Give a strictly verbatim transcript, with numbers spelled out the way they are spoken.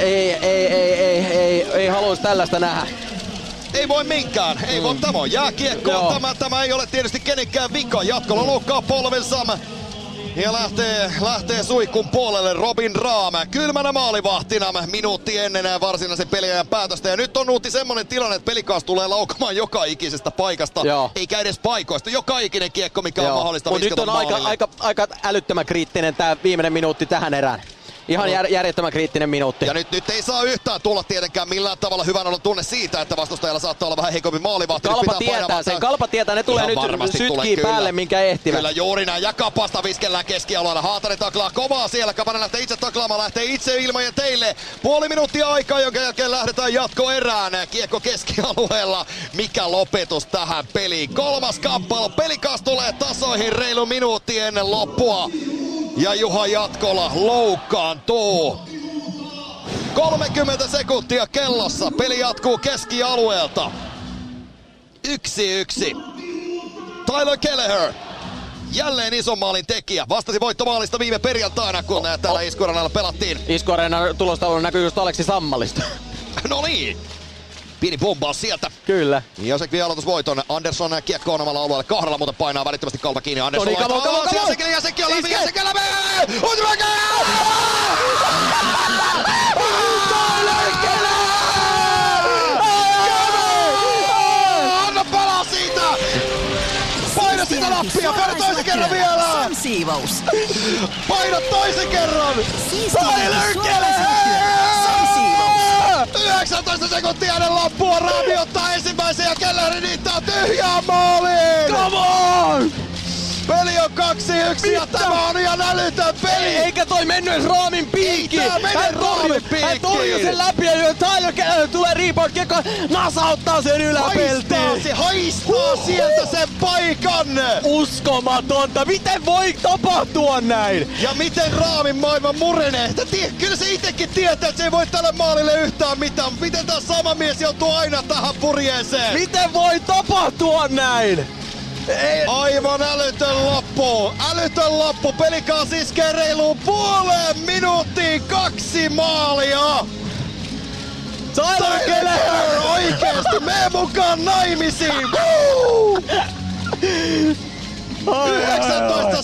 ei, ei, ei, ei, ei, ei haluaisi tällaista nähdä. Ei voi minkään, ei voi, tämä on jääkiekkoa, tämä, tämä ei ole tietysti kenenkään vika. Jatkolla loukkaa polvensa ja lähtee, lähtee suihkun puolelle Robin Rahm. Kylmänä maalivahtina minuutti ennen varsinaisen peliajan päätöstä. Ja nyt on Nuutti semmonen tilanne, että pelikaas tulee laukamaan joka ikisestä paikasta. Joo. Eikä edes paikoista. Joka ikinen kiekko, mikä Joo. on mahdollista Mut viskata nyt on aika, aika, aika älyttömän kriittinen tää viimeinen minuutti tähän erään. Ihan jär, järjettömän kriittinen minuutti. Ja nyt, nyt ei saa yhtään tulla tietenkään millään tavalla hyvän olon tunne siitä, että vastustajalla saattaa olla vähän heikompi maalivahti. Kalpa tietää sen, Kalpa tietää, ne tulee nyt sytkii päälle, minkä ehtivät. Kyllä juuri näin, ja Kapasta viskellään keskialueella. Haatari taklaa kovaa siellä, Kapanen lähtee itse taklaamaan, lähtee itse ilmojen teille. Puoli minuuttia aikaa, jonka jälkeen lähdetään jatkoerään. Kiekko keskialueella. Mikä lopetus tähän peliin. Kolmas kappale, pelikaas tulee tasoihin reilu minuutti ennen loppua. Ja Juha Jatkola loukkaantuu. kolmekymmentä sekuntia kellossa. Peli jatkuu keskialueelta. Yksi yksi. Tyler Kelleher. Jälleen ison maalin tekijä. Vastasi voittomaalista viime perjantaina, kun oh, täällä oh. Isku-areenalla pelattiin. Isku-areenan tulostaulu näkyy just Aleksi Sammalista. No niin. Pieni bombaus sieltä. Kyllä. Josek vie aloitusvoiton. Andersson kiekkoon omalla alueelle. Kahdella muuten painaa välittömästi Kalpa kiinni. Andersson no niin, laittaa kamo, kamo, Jasekille, Jasekki on läpi, Jasekki on läpi! Uutimäkää! Anna palaa siitä! Paina sitä nappia! Paina toisen kerran vielä! Siivous. Paina toisen kerran! Tyler Kelleher! yhdeksäntoista sekuntia ennen loppua, Raami ottaa ensimmäisen ja Kelleher niittää tyhjää maaliin! Come on! Peli on kaksi yksi ja tämä on ihan älytön peli! Eikä toi mennyt Raamin piikki! Ei tää mene Raamin piikkiin! Hän torjui sen läpi ja Tyler Kelleher tulee rebound kiekko, nasauttaa sen yläpeltiin! Haistaa, se haistaa sieltä sen paikan! Uskomatonta! Miten voi tapahtua näin? Ja miten Raamin maailma murenee? Tie, kyllä se itekin tietää, että se ei voi tälle maalille yhtään mitään. Miten tää sama mies joutuu aina tähän purjeeseen? Miten voi tapahtua näin? Ei. Aivan älytön loppu! Älytön loppu! Pelikaas iskee reiluun puoleen minuuttiin kaksi maalia! Tyler Kelleher! Oikeesti! Mene mukaan naimisiin! yhdeksäntoista